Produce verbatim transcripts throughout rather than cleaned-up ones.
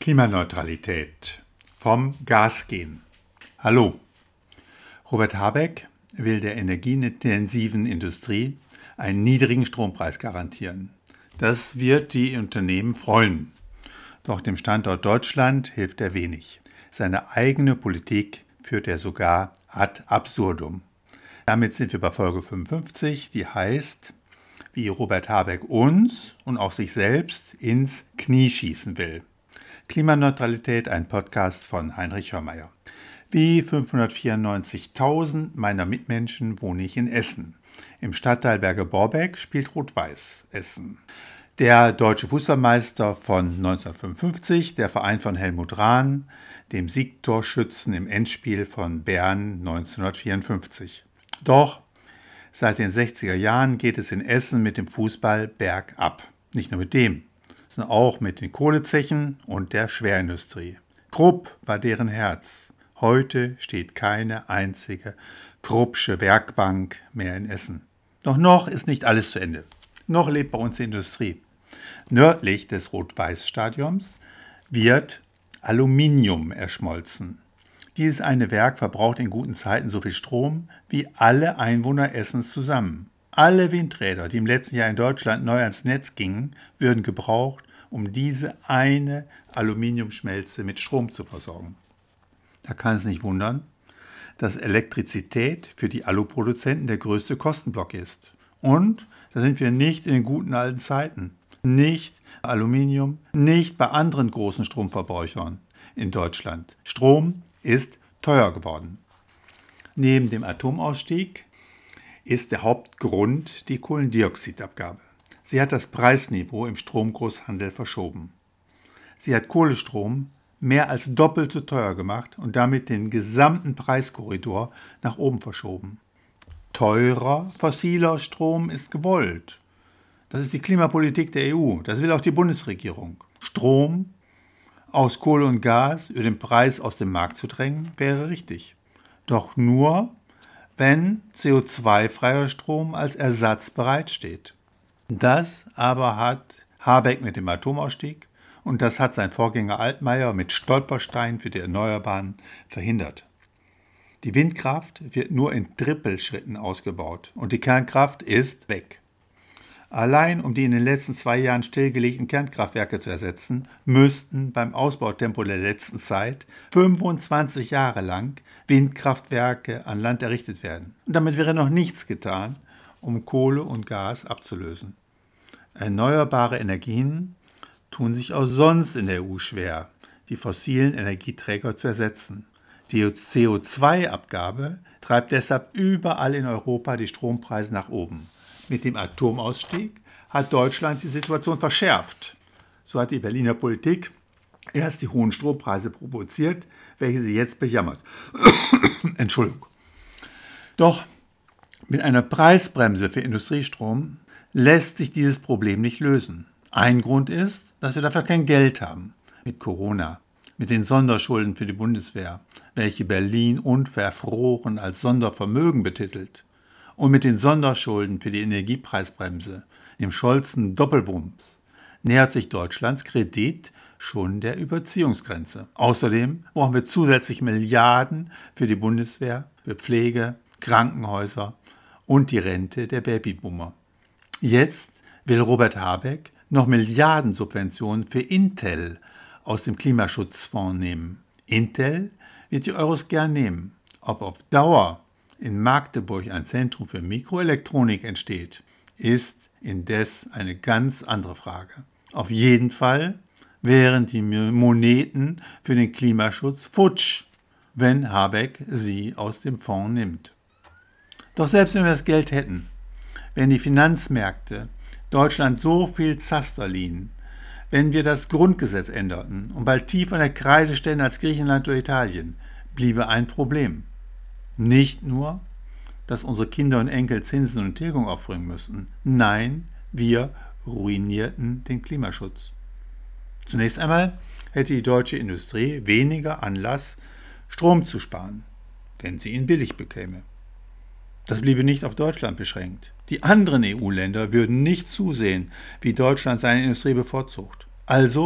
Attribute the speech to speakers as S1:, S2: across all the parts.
S1: Klimaneutralität. Vom Gas gehen. Hallo. Robert Habeck will der energieintensiven Industrie einen niedrigen Strompreis garantieren. Das wird die Unternehmen freuen. Doch dem Standort Deutschland hilft er wenig. Seine eigene Politik führt er sogar ad absurdum. Damit sind wir bei Folge fünfundfünfzig, die heißt, wie Robert Habeck uns und auch sich selbst ins Knie schießen will. Klimaneutralität, ein Podcast von Heinrich Hörmeier. Wie fünfhundertvierundneunzigtausend meiner Mitmenschen wohne ich in Essen. Im Stadtteil Berge-Borbeck spielt Rot-Weiß Essen. Der deutsche Fußballmeister von neunzehnhundertfünfundfünfzig, der Verein von Helmut Rahn, dem Siegtorschützen im Endspiel von Bern neunzehnhundertvierundfünfzig. Doch seit den sechziger Jahren geht es in Essen mit dem Fußball bergab. Nicht nur mit dem, sondern auch mit den Kohlezechen und der Schwerindustrie. Krupp war deren Herz. Heute steht keine einzige Kruppsche Werkbank mehr in Essen. Doch noch ist nicht alles zu Ende. Noch lebt bei uns die Industrie. Nördlich des Rot-Weiß-Stadions wird Aluminium erschmolzen. Dieses eine Werk verbraucht in guten Zeiten so viel Strom wie alle Einwohner Essens zusammen. Alle Windräder, die im letzten Jahr in Deutschland neu ans Netz gingen, würden gebraucht, um diese eine Aluminiumschmelze mit Strom zu versorgen. Da kann es nicht wundern, dass Elektrizität für die Aluproduzenten der größte Kostenblock ist. Und da sind wir nicht in den guten alten Zeiten. Nicht Aluminium, nicht bei anderen großen Stromverbrauchern in Deutschland. Strom ist teuer geworden. Neben dem Atomausstieg ist der Hauptgrund die Kohlendioxidabgabe. Sie hat das Preisniveau im Stromgroßhandel verschoben. Sie hat Kohlestrom mehr als doppelt so teuer gemacht und damit den gesamten Preiskorridor nach oben verschoben. Teurer fossiler Strom ist gewollt. Das ist die Klimapolitik der E U. Das will auch die Bundesregierung. Strom aus Kohle und Gas über den Preis aus dem Markt zu drängen, wäre richtig. Doch nur, wenn C O zwei freier Strom als Ersatz bereitsteht. Das aber hat Habeck mit dem Atomausstieg und das hat sein Vorgänger Altmaier mit Stolpersteinen für die Erneuerbaren verhindert. Die Windkraft wird nur in Trippelschritten ausgebaut und die Kernkraft ist weg. Allein um die in den letzten zwei Jahren stillgelegten Kernkraftwerke zu ersetzen, müssten beim Ausbautempo der letzten Zeit fünfundzwanzig Jahre lang Windkraftwerke an Land errichtet werden. Und damit wäre noch nichts getan, um Kohle und Gas abzulösen. Erneuerbare Energien tun sich auch sonst in der E U schwer, die fossilen Energieträger zu ersetzen. Die C O zwei Abgabe treibt deshalb überall in Europa die Strompreise nach oben. Mit dem Atomausstieg hat Deutschland die Situation verschärft. So hat die Berliner Politik erst die hohen Strompreise provoziert, welche sie jetzt bejammert. Entschuldigung. Doch mit einer Preisbremse für Industriestrom lässt sich dieses Problem nicht lösen. Ein Grund ist, dass wir dafür kein Geld haben. Mit Corona, mit den Sonderschulden für die Bundeswehr, welche Berlin unverfroren als Sondervermögen betitelt, und mit den Sonderschulden für die Energiepreisbremse, dem Scholzen Doppelwumms, nähert sich Deutschlands Kredit schon der Überziehungsgrenze. Außerdem brauchen wir zusätzlich Milliarden für die Bundeswehr, für Pflege, Krankenhäuser und die Rente der Babyboomer. Jetzt will Robert Habeck noch Milliardensubventionen für Intel aus dem Klimaschutzfonds nehmen. Intel wird die Euros gern nehmen. Ob auf Dauer in Magdeburg ein Zentrum für Mikroelektronik entsteht, ist indes eine ganz andere Frage. Auf jeden Fall wären die Moneten für den Klimaschutz futsch, wenn Habeck sie aus dem Fonds nimmt. Doch selbst wenn wir das Geld hätten, wenn die Finanzmärkte Deutschland so viel Zaster liehen, wenn wir das Grundgesetz änderten und bald tief an der Kreide ständen als Griechenland oder Italien, bliebe ein Problem. Nicht nur, dass unsere Kinder und Enkel Zinsen und Tilgung aufbringen müssten. Nein, wir ruinierten den Klimaschutz. Zunächst einmal hätte die deutsche Industrie weniger Anlass, Strom zu sparen, wenn sie ihn billig bekäme. Das bliebe nicht auf Deutschland beschränkt. Die anderen E U-Länder würden nicht zusehen, wie Deutschland seine Industrie bevorzugt. Also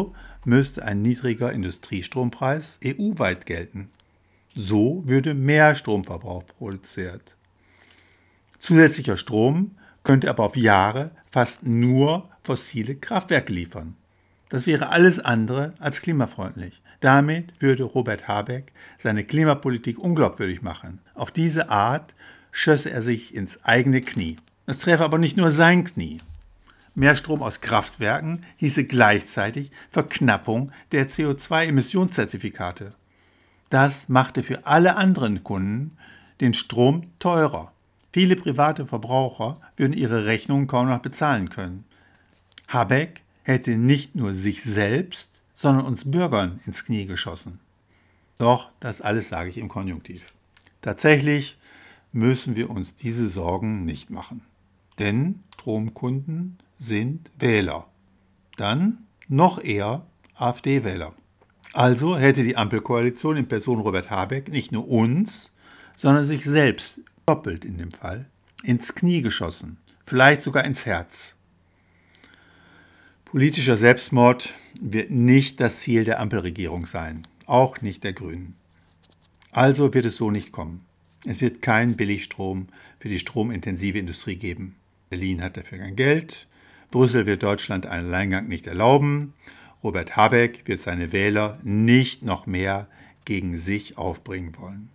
S1: müsste ein niedriger Industriestrompreis E U-weit gelten. So würde mehr Stromverbrauch produziert. Zusätzlicher Strom könnte aber auf Jahre fast nur fossile Kraftwerke liefern. Das wäre alles andere als klimafreundlich. Damit würde Robert Habeck seine Klimapolitik unglaubwürdig machen. Auf diese Art schösse er sich ins eigene Knie. Es treffe aber nicht nur sein Knie. Mehr Strom aus Kraftwerken hieße gleichzeitig Verknappung der C O zwei Emissionszertifikate. Das machte für alle anderen Kunden den Strom teurer. Viele private Verbraucher würden ihre Rechnungen kaum noch bezahlen können. Habeck hätte nicht nur sich selbst, sondern uns Bürgern ins Knie geschossen. Doch das alles sage ich im Konjunktiv. Tatsächlich müssen wir uns diese Sorgen nicht machen. Denn Stromkunden sind Wähler. Dann noch eher AfD-Wähler. Also hätte die Ampelkoalition in Person Robert Habeck nicht nur uns, sondern sich selbst, doppelt in dem Fall, ins Knie geschossen, vielleicht sogar ins Herz. Politischer Selbstmord wird nicht das Ziel der Ampelregierung sein, auch nicht der Grünen. Also wird es so nicht kommen. Es wird keinen Billigstrom für die stromintensive Industrie geben. Berlin hat dafür kein Geld, Brüssel wird Deutschland einen Alleingang nicht erlauben, Robert Habeck wird seine Wähler nicht noch mehr gegen sich aufbringen wollen.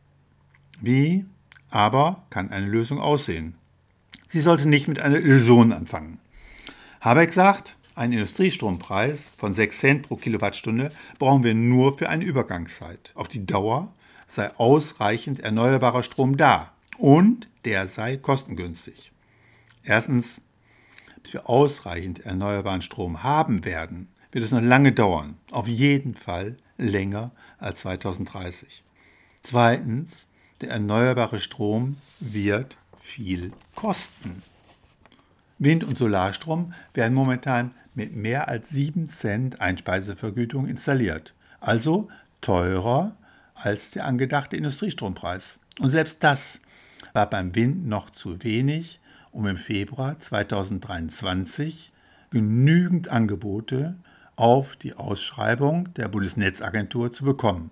S1: Wie aber kann eine Lösung aussehen? Sie sollte nicht mit einer Illusion anfangen. Habeck sagt, einen Industriestrompreis von sechs Cent pro Kilowattstunde brauchen wir nur für eine Übergangszeit. Auf die Dauer sei ausreichend erneuerbarer Strom da und der sei kostengünstig. Erstens, bis wir ausreichend erneuerbaren Strom haben werden, wird es noch lange dauern, auf jeden Fall länger als zweitausenddreißig. Zweitens, der erneuerbare Strom wird viel kosten. Wind- und Solarstrom werden momentan mit mehr als sieben Cent Einspeisevergütung installiert, also teurer als der angedachte Industriestrompreis. Und selbst das war beim Wind noch zu wenig, um im Februar zweitausenddreiundzwanzig genügend Angebote auf die Ausschreibung der Bundesnetzagentur zu bekommen.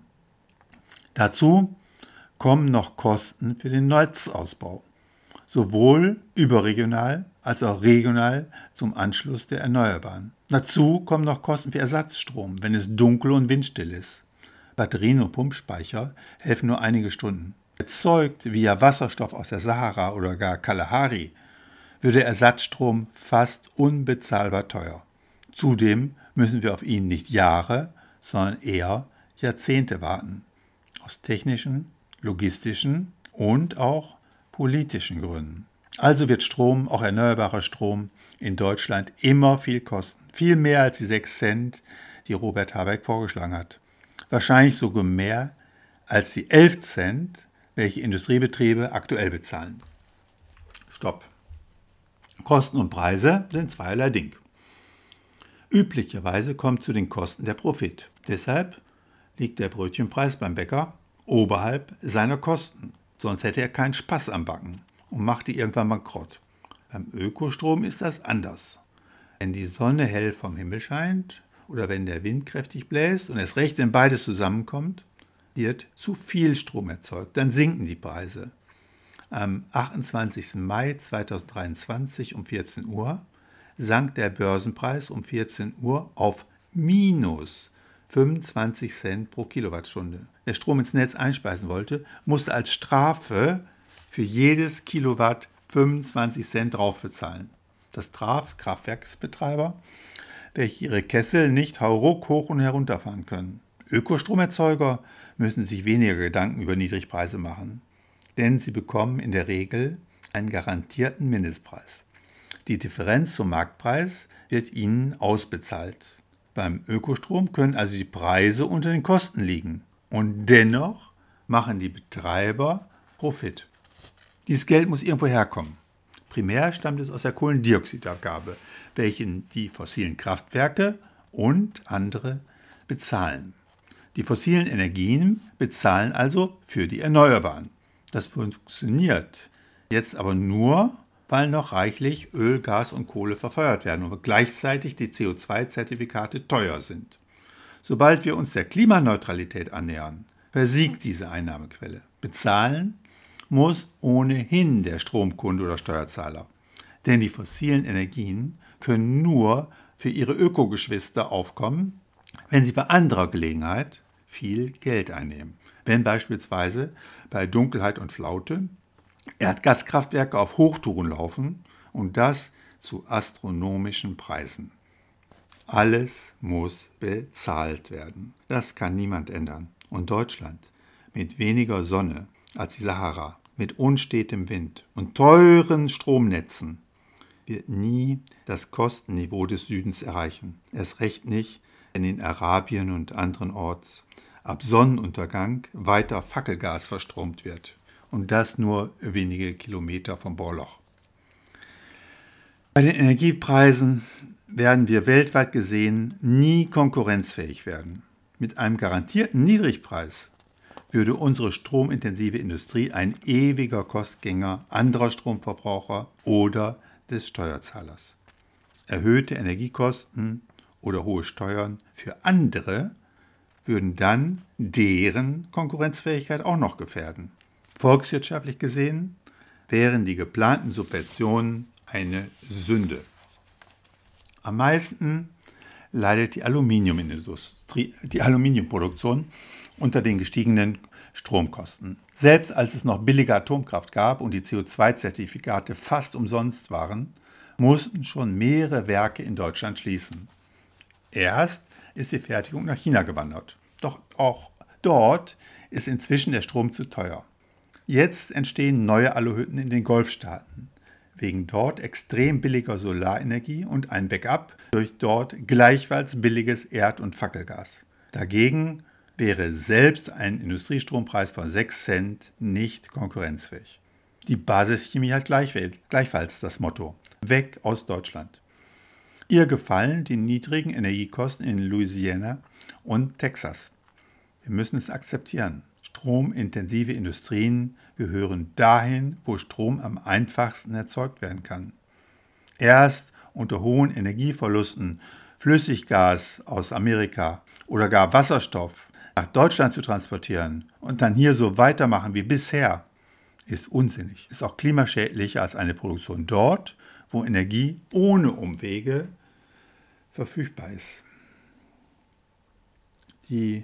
S1: Dazu kommen noch Kosten für den Netzausbau, sowohl überregional als auch regional zum Anschluss der Erneuerbaren. Dazu kommen noch Kosten für Ersatzstrom, wenn es dunkel und windstill ist. Batterien und Pumpspeicher helfen nur einige Stunden. Erzeugt via Wasserstoff aus der Sahara oder gar Kalahari würde Ersatzstrom fast unbezahlbar teuer. Zudem müssen wir auf ihn nicht Jahre, sondern eher Jahrzehnte warten. Aus technischen, logistischen und auch politischen Gründen. Also wird Strom, auch erneuerbarer Strom, in Deutschland immer viel kosten. Viel mehr als die sechs Cent, die Robert Habeck vorgeschlagen hat. Wahrscheinlich sogar mehr als die elf Cent, welche Industriebetriebe aktuell bezahlen. Stopp. Kosten und Preise sind zweierlei Ding. Üblicherweise kommt zu den Kosten der Profit. Deshalb liegt der Brötchenpreis beim Bäcker oberhalb seiner Kosten. Sonst hätte er keinen Spaß am Backen und machte irgendwann bankrott. Beim Ökostrom ist das anders. Wenn die Sonne hell vom Himmel scheint oder wenn der Wind kräftig bläst und es recht, wenn beides zusammenkommt, wird zu viel Strom erzeugt. Dann sinken die Preise. Am achtundzwanzigsten Mai zweitausenddreiundzwanzig um vierzehn Uhr sank der Börsenpreis um vierzehn Uhr auf minus fünfundzwanzig Cent pro Kilowattstunde. Wer Strom ins Netz einspeisen wollte, musste als Strafe für jedes Kilowatt fünfundzwanzig Cent draufbezahlen. Das traf Kraftwerksbetreiber, welche ihre Kessel nicht hauruck hoch und herunterfahren können. Ökostromerzeuger müssen sich weniger Gedanken über Niedrigpreise machen, denn sie bekommen in der Regel einen garantierten Mindestpreis. Die Differenz zum Marktpreis wird ihnen ausbezahlt. Beim Ökostrom können also die Preise unter den Kosten liegen und dennoch machen die Betreiber Profit. Dieses Geld muss irgendwo herkommen. Primär stammt es aus der Kohlendioxidabgabe, welchen die fossilen Kraftwerke und andere bezahlen. Die fossilen Energien bezahlen also für die Erneuerbaren. Das funktioniert jetzt aber nur, weil noch reichlich Öl, Gas und Kohle verfeuert werden und gleichzeitig die C O zwei Zertifikate teuer sind. Sobald wir uns der Klimaneutralität annähern, versiegt diese Einnahmequelle. Bezahlen muss ohnehin der Stromkunde oder Steuerzahler. Denn die fossilen Energien können nur für ihre Ökogeschwister aufkommen, wenn sie bei anderer Gelegenheit viel Geld einnehmen. Wenn beispielsweise bei Dunkelheit und Flaute Erdgaskraftwerke auf Hochtouren laufen und das zu astronomischen Preisen. Alles muss bezahlt werden. Das kann niemand ändern. Und Deutschland mit weniger Sonne als die Sahara, mit unstetem Wind und teuren Stromnetzen wird nie das Kostenniveau des Südens erreichen. Erst recht nicht, wenn in Arabien und anderen Orts ab Sonnenuntergang weiter Fackelgas verstromt wird. Und das nur wenige Kilometer vom Bohrloch. Bei den Energiepreisen werden wir weltweit gesehen nie konkurrenzfähig werden. Mit einem garantierten Niedrigpreis würde unsere stromintensive Industrie ein ewiger Kostgänger anderer Stromverbraucher oder des Steuerzahlers. Erhöhte Energiekosten oder hohe Steuern für andere würden dann deren Konkurrenzfähigkeit auch noch gefährden. Volkswirtschaftlich gesehen wären die geplanten Subventionen eine Sünde. Am meisten leidet die Aluminiumindustrie, die Aluminiumproduktion unter den gestiegenen Stromkosten. Selbst als es noch billige Atomkraft gab und die C O zwei Zertifikate fast umsonst waren, mussten schon mehrere Werke in Deutschland schließen. Erst ist die Fertigung nach China gewandert. Doch auch dort ist inzwischen der Strom zu teuer. Jetzt entstehen neue Aluhütten in den Golfstaaten, wegen dort extrem billiger Solarenergie und ein Backup durch dort gleichfalls billiges Erd- und Fackelgas. Dagegen wäre selbst ein Industriestrompreis von sechs Cent nicht konkurrenzfähig. Die Basischemie hat gleichfalls das Motto: Weg aus Deutschland. Ihr gefallen die niedrigen Energiekosten in Louisiana und Texas. Wir müssen es akzeptieren. Stromintensive Industrien gehören dahin, wo Strom am einfachsten erzeugt werden kann. Erst unter hohen Energieverlusten Flüssiggas aus Amerika oder gar Wasserstoff nach Deutschland zu transportieren und dann hier so weitermachen wie bisher, ist unsinnig. Ist auch klimaschädlicher als eine Produktion dort, wo Energie ohne Umwege verfügbar ist. Die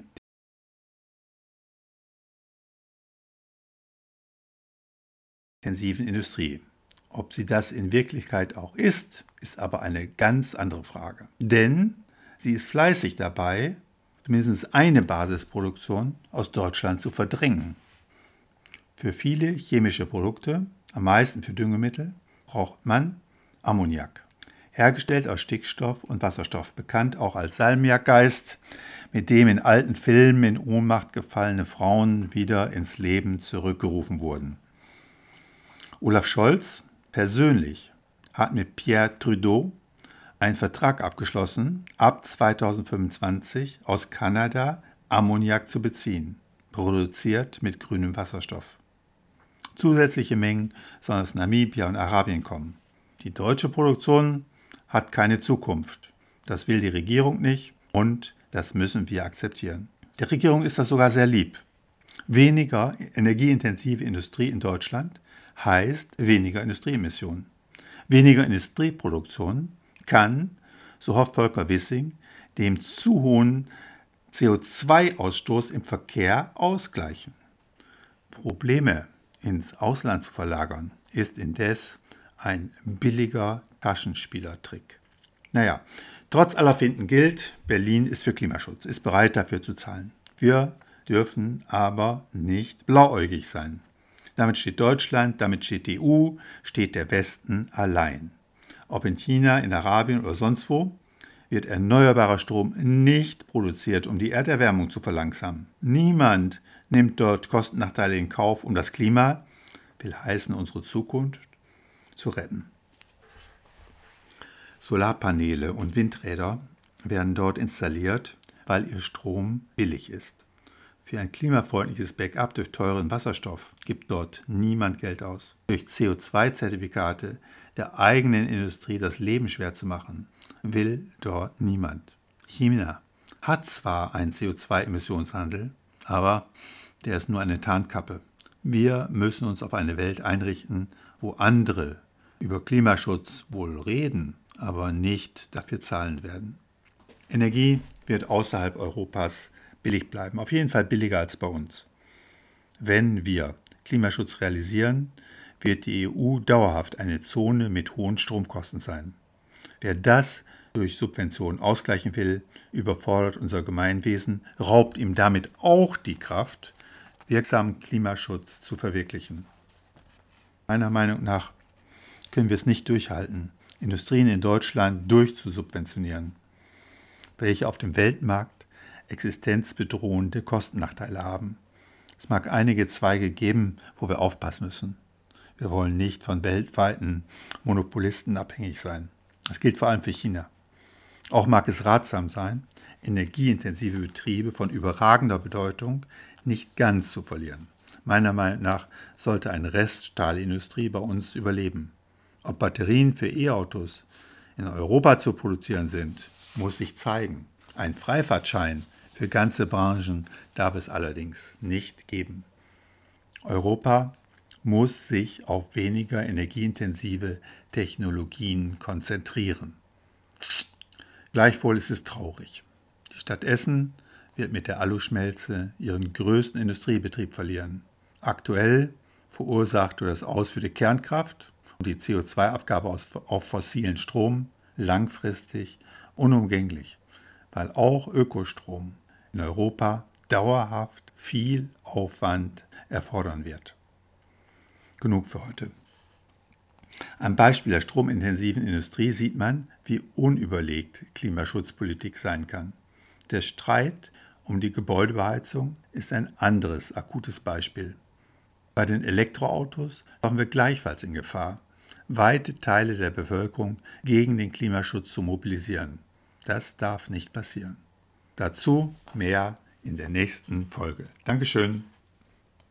S1: intensiven Industrie. Ob sie das in Wirklichkeit auch ist, ist aber eine ganz andere Frage. Denn sie ist fleißig dabei, zumindest eine Basisproduktion aus Deutschland zu verdrängen. Für viele chemische Produkte, am meisten für Düngemittel, braucht man Ammoniak. Hergestellt aus Stickstoff und Wasserstoff, bekannt auch als Salmiakgeist, mit dem in alten Filmen in Ohnmacht gefallene Frauen wieder ins Leben zurückgerufen wurden. Olaf Scholz persönlich hat mit Pierre Trudeau einen Vertrag abgeschlossen, ab zweitausendfünfundzwanzig aus Kanada Ammoniak zu beziehen, produziert mit grünem Wasserstoff. Zusätzliche Mengen sollen aus Namibia und Arabien kommen. Die deutsche Produktion hat keine Zukunft. Das will die Regierung nicht und das müssen wir akzeptieren. Der Regierung ist das sogar sehr lieb. Weniger energieintensive Industrie in Deutschland heißt weniger Industrieemissionen. Weniger Industrieproduktion kann, so hofft Volker Wissing, dem zu hohen C O zwei Ausstoß im Verkehr ausgleichen. Probleme ins Ausland zu verlagern, ist indes ein billiger Taschenspielertrick. Naja, trotz aller Finden gilt, Berlin ist für Klimaschutz, ist bereit dafür zu zahlen. Wir dürfen aber nicht blauäugig sein. Damit steht Deutschland, damit steht die E U, steht der Westen allein. Ob in China, in Arabien oder sonst wo, wird erneuerbarer Strom nicht produziert, um die Erderwärmung zu verlangsamen. Niemand nimmt dort Kostennachteile in Kauf, um das Klima, will heißen unsere Zukunft, zu retten. Solarpaneele und Windräder werden dort installiert, weil ihr Strom billig ist. Für ein klimafreundliches Backup durch teuren Wasserstoff gibt dort niemand Geld aus. Durch C O zwei Zertifikate der eigenen Industrie das Leben schwer zu machen, will dort niemand. China hat zwar einen C O zwei Emissionshandel, aber der ist nur eine Tarnkappe. Wir müssen uns auf eine Welt einrichten, wo andere über Klimaschutz wohl reden, aber nicht dafür zahlen werden. Energie wird außerhalb Europas billig bleiben, auf jeden Fall billiger als bei uns. Wenn wir Klimaschutz realisieren, wird die E U dauerhaft eine Zone mit hohen Stromkosten sein. Wer das durch Subventionen ausgleichen will, überfordert unser Gemeinwesen, raubt ihm damit auch die Kraft, wirksamen Klimaschutz zu verwirklichen. Meiner Meinung nach können wir es nicht durchhalten, Industrien in Deutschland durchzusubventionieren, welche auf dem Weltmarkt existenzbedrohende Kostennachteile haben. Es mag einige Zweige geben, wo wir aufpassen müssen. Wir wollen nicht von weltweiten Monopolisten abhängig sein. Das gilt vor allem für China. Auch mag es ratsam sein, energieintensive Betriebe von überragender Bedeutung nicht ganz zu verlieren. Meiner Meinung nach sollte eine Reststahlindustrie bei uns überleben. Ob Batterien für E-Autos in Europa zu produzieren sind, muss sich zeigen. Ein Freifahrtschein für ganze Branchen darf es allerdings nicht geben. Europa muss sich auf weniger energieintensive Technologien konzentrieren. Gleichwohl ist es traurig. Die Stadt Essen wird mit der Aluschmelze ihren größten Industriebetrieb verlieren. Aktuell verursacht durch das Aus für die Kernkraft und die C O zwei Abgabe auf fossilen Strom langfristig unumgänglich, weil auch Ökostrom in Europa dauerhaft viel Aufwand erfordern wird. Genug für heute. Am Beispiel der stromintensiven Industrie sieht man, wie unüberlegt Klimaschutzpolitik sein kann. Der Streit um die Gebäudebeheizung ist ein anderes akutes Beispiel. Bei den Elektroautos laufen wir gleichfalls in Gefahr, weite Teile der Bevölkerung gegen den Klimaschutz zu mobilisieren. Das darf nicht passieren. Dazu mehr in der nächsten Folge. Dankeschön.